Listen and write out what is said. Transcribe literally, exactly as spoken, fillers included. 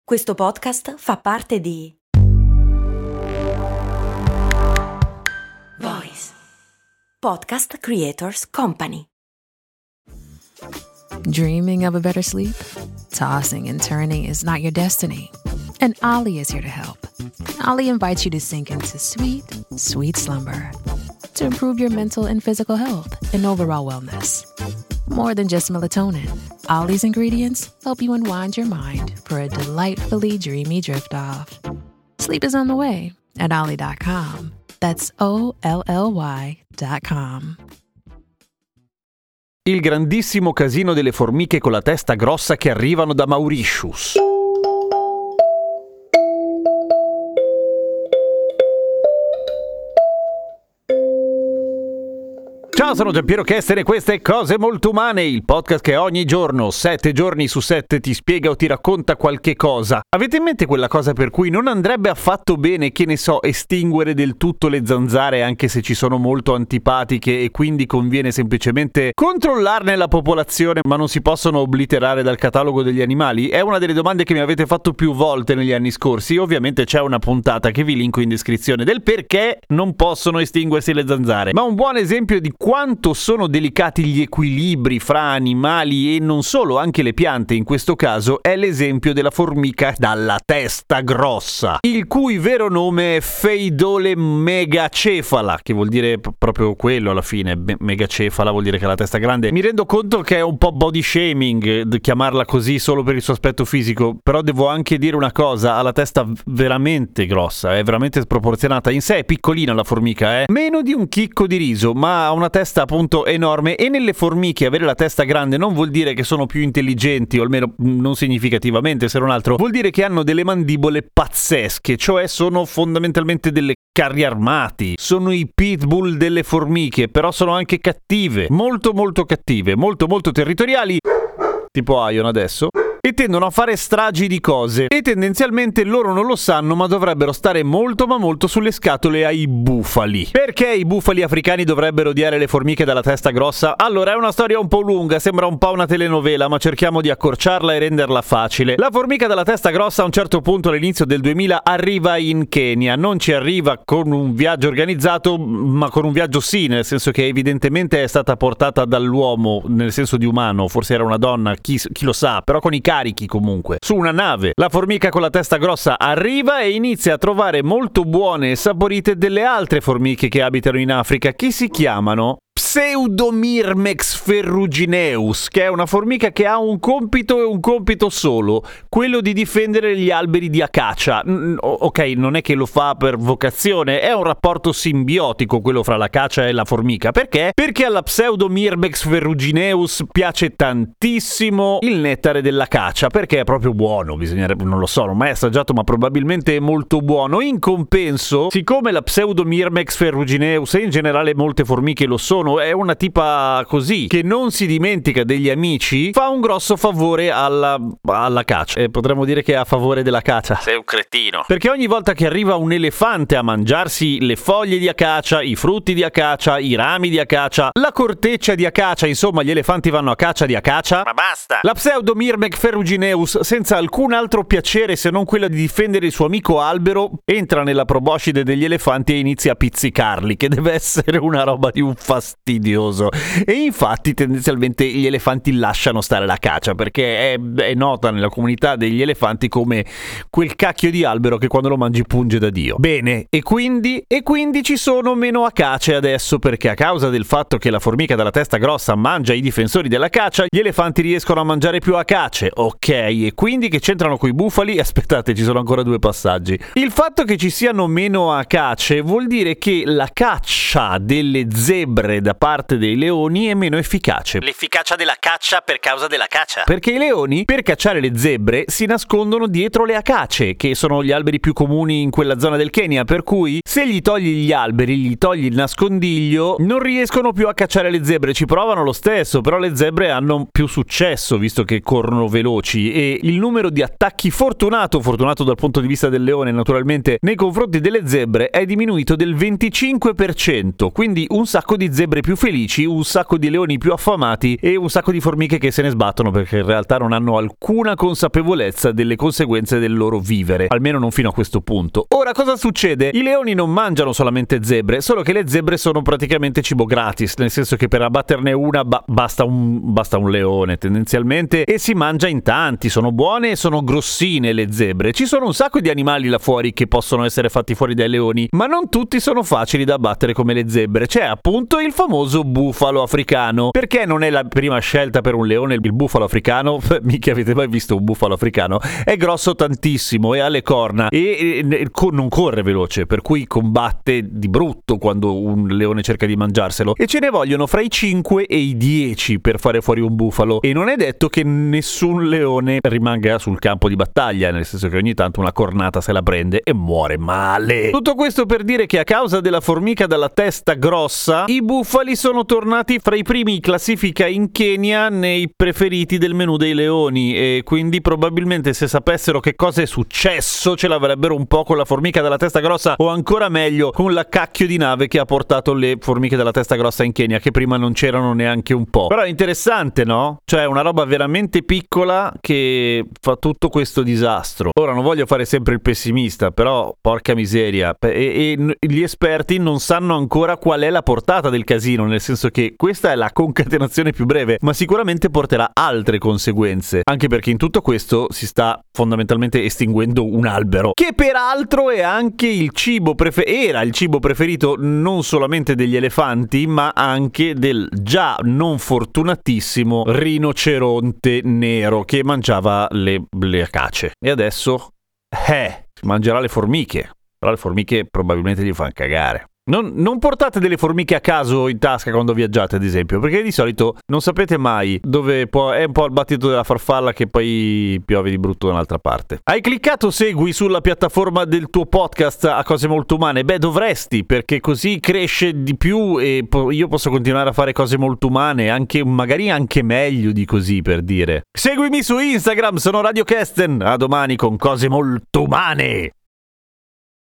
Questo podcast fa parte di Voice Podcast Creators Company. Dreaming of a better sleep? Tossing and turning is not your destiny. And Ollie is here to help. Ollie invites you to sink into sweet, sweet slumber to improve your mental and physical health and overall wellness. More than just melatonin, Ollie's ingredients help you unwind your mind for a delightfully dreamy drift off. Sleep is on the way at ollie dot com. That's O L L Y dot com. Il grandissimo casino delle formiche con la testa grossa che arrivano da Mauritius. Ciao, sono Giampiero Kesten e queste Cose Molto Umane, il podcast che ogni giorno, sette giorni su sette, ti spiega o ti racconta qualche cosa. Avete in mente quella cosa per cui non andrebbe affatto bene, che ne so, estinguere del tutto le zanzare anche se ci sono molto antipatiche e quindi conviene semplicemente controllarne la popolazione ma non si possono obliterare dal catalogo degli animali? È una delle domande che mi avete fatto più volte negli anni scorsi. Ovviamente c'è una puntata che vi linko in descrizione del perché non possono estinguersi le zanzare, ma un buon esempio di quanto sono delicati gli equilibri fra animali e non solo, anche le piante in questo caso, è l'esempio della formica dalla testa grossa, il cui vero nome è Pheidole megacefala, che vuol dire p- proprio quello alla fine. Me- megacefala vuol dire che ha la testa grande. Mi rendo conto che è un po' body shaming d- chiamarla così solo per il suo aspetto fisico, però devo anche dire una cosa: ha la testa veramente grossa, è veramente sproporzionata. In sé è piccolina la formica, è eh? meno di un chicco di riso, ma ha una testa appunto enorme. E nelle formiche avere la testa grande non vuol dire che sono più intelligenti, o almeno non significativamente, se non altro vuol dire che hanno delle mandibole pazzesche, cioè sono fondamentalmente delle carri armati, sono i pitbull delle formiche, però sono anche cattive, molto molto cattive, molto molto territoriali, tipo Ion adesso, e tendono a fare stragi di cose, e tendenzialmente loro non lo sanno, ma dovrebbero stare molto ma molto sulle scatole ai bufali. Perché i bufali africani dovrebbero odiare le formiche dalla testa grossa? Allora, è una storia un po' lunga, sembra un po' una telenovela, ma cerchiamo di accorciarla e renderla facile. La formica dalla testa grossa a un certo punto all'inizio del duemila arriva in Kenya. Non ci arriva con un viaggio organizzato, ma con un viaggio sì, nel senso che evidentemente è stata portata dall'uomo, nel senso di umano, forse era una donna, chi, chi lo sa, però con i carichi comunque, su una nave. La formica con la testa grossa arriva e inizia a trovare molto buone e saporite delle altre formiche che abitano in Africa, che si chiamano Pseudomyrmex ferrugineus, che è una formica che ha un compito e un compito solo, quello di difendere gli alberi di acacia. Mm, ok, non è che lo fa per vocazione, è un rapporto simbiotico quello fra l'acacia e la formica. Perché? Perché alla Pseudomyrmex ferrugineus piace tantissimo il nettare dell'acacia, perché è proprio buono, bisognerebbe, non lo so, non ho mai assaggiato, ma probabilmente è molto buono. In compenso, siccome la Pseudomyrmex ferrugineus e in generale molte formiche lo sono, è una tipa così che non si dimentica degli amici, fa un grosso favore alla, alla cacia. E potremmo dire che è a favore della cacia. Sei un cretino. Perché ogni volta che arriva un elefante a mangiarsi le foglie di acacia, i frutti di acacia, i rami di acacia, la corteccia di acacia, insomma gli elefanti vanno a caccia di acacia, ma basta! La Pseudomyrmex ferrugineus, senza alcun altro piacere se non quello di difendere il suo amico albero, entra nella proboscide degli elefanti e inizia a pizzicarli, che deve essere una roba di un fastidioso. E infatti tendenzialmente gli elefanti lasciano stare la caccia, perché è, è nota nella comunità degli elefanti come quel cacchio di albero che quando lo mangi punge da Dio. Bene, e quindi e quindi ci sono meno acace adesso, perché a causa del fatto che la formica dalla testa grossa mangia i difensori della caccia, gli elefanti riescono a mangiare più acace. Ok, e quindi che c'entrano coi bufali? Aspettate, ci sono ancora due passaggi. Il fatto che ci siano meno acace vuol dire che la caccia delle zebre da parte dei leoni è meno efficace. L'efficacia della caccia per causa della caccia. Perché i leoni, per cacciare le zebre, si nascondono dietro le acace, che sono gli alberi più comuni in quella zona del Kenya, per cui se gli togli gli alberi, gli togli il nascondiglio, non riescono più a cacciare le zebre. Ci provano lo stesso, però le zebre hanno più successo, visto che corrono veloci, e il numero di attacchi fortunato, fortunato dal punto di vista del leone naturalmente, nei confronti delle zebre è diminuito del venticinque per cento, quindi un sacco di zebre zebre più felici, un sacco di leoni più affamati e un sacco di formiche che se ne sbattono perché in realtà non hanno alcuna consapevolezza delle conseguenze del loro vivere, almeno non fino a questo punto. Ora cosa succede? I leoni non mangiano solamente zebre, solo che le zebre sono praticamente cibo gratis, nel senso che per abbatterne una ba- basta, un, basta un leone tendenzialmente, e si mangia in tanti, sono buone e sono grossine le zebre. Ci sono un sacco di animali là fuori che possono essere fatti fuori dai leoni, ma non tutti sono facili da abbattere come le zebre. C'è appunto il famoso bufalo africano. Perché non è la prima scelta per un leone il bufalo africano? Mica avete mai visto un bufalo africano? È grosso tantissimo e ha le corna e, e, e co- non corre veloce, per cui combatte di brutto quando un leone cerca di mangiarselo, e ce ne vogliono fra i cinque e i dieci per fare fuori un bufalo, e non è detto che nessun leone rimanga sul campo di battaglia, nel senso che ogni tanto una cornata se la prende e muore male. Tutto questo per dire che a causa della formica dalla testa grossa i bufali sono tornati fra i primi in classifica in Kenya nei preferiti del menù dei leoni, e quindi probabilmente se sapessero che cosa è successo ce l'avrebbero un po' con la formica dalla testa grossa, o ancora meglio con la cacchio di nave che ha portato le formiche dalla testa grossa in Kenya, che prima non c'erano neanche un po'. Però è interessante, no? Cioè una roba veramente piccola che fa tutto questo disastro. Ora non voglio fare sempre il pessimista, però porca miseria, e, e gli esperti non sanno ancora qual è la portata del casino, nel senso che questa è la concatenazione più breve, ma sicuramente porterà altre conseguenze, anche perché in tutto questo si sta fondamentalmente estinguendo un albero, che peraltro è anche il cibo prefe- era il cibo preferito non solamente degli elefanti, ma anche del già non fortunatissimo rinoceronte nero che mangiava le, le acace. E adesso eh, mangerà le formiche, però le formiche probabilmente gli fanno cagare. Non, non portate delle formiche a caso in tasca quando viaggiate, ad esempio, perché di solito non sapete mai dove può... È un po' il battito della farfalla che poi piove di brutto da un'altra parte. Hai cliccato segui sulla piattaforma del tuo podcast a Cose Molto Umane? Beh, dovresti, perché così cresce di più e po- io posso continuare a fare cose molto umane, anche magari anche meglio di così, per dire. Seguimi su Instagram, sono Radio Kesten. A domani con Cose Molto Umane.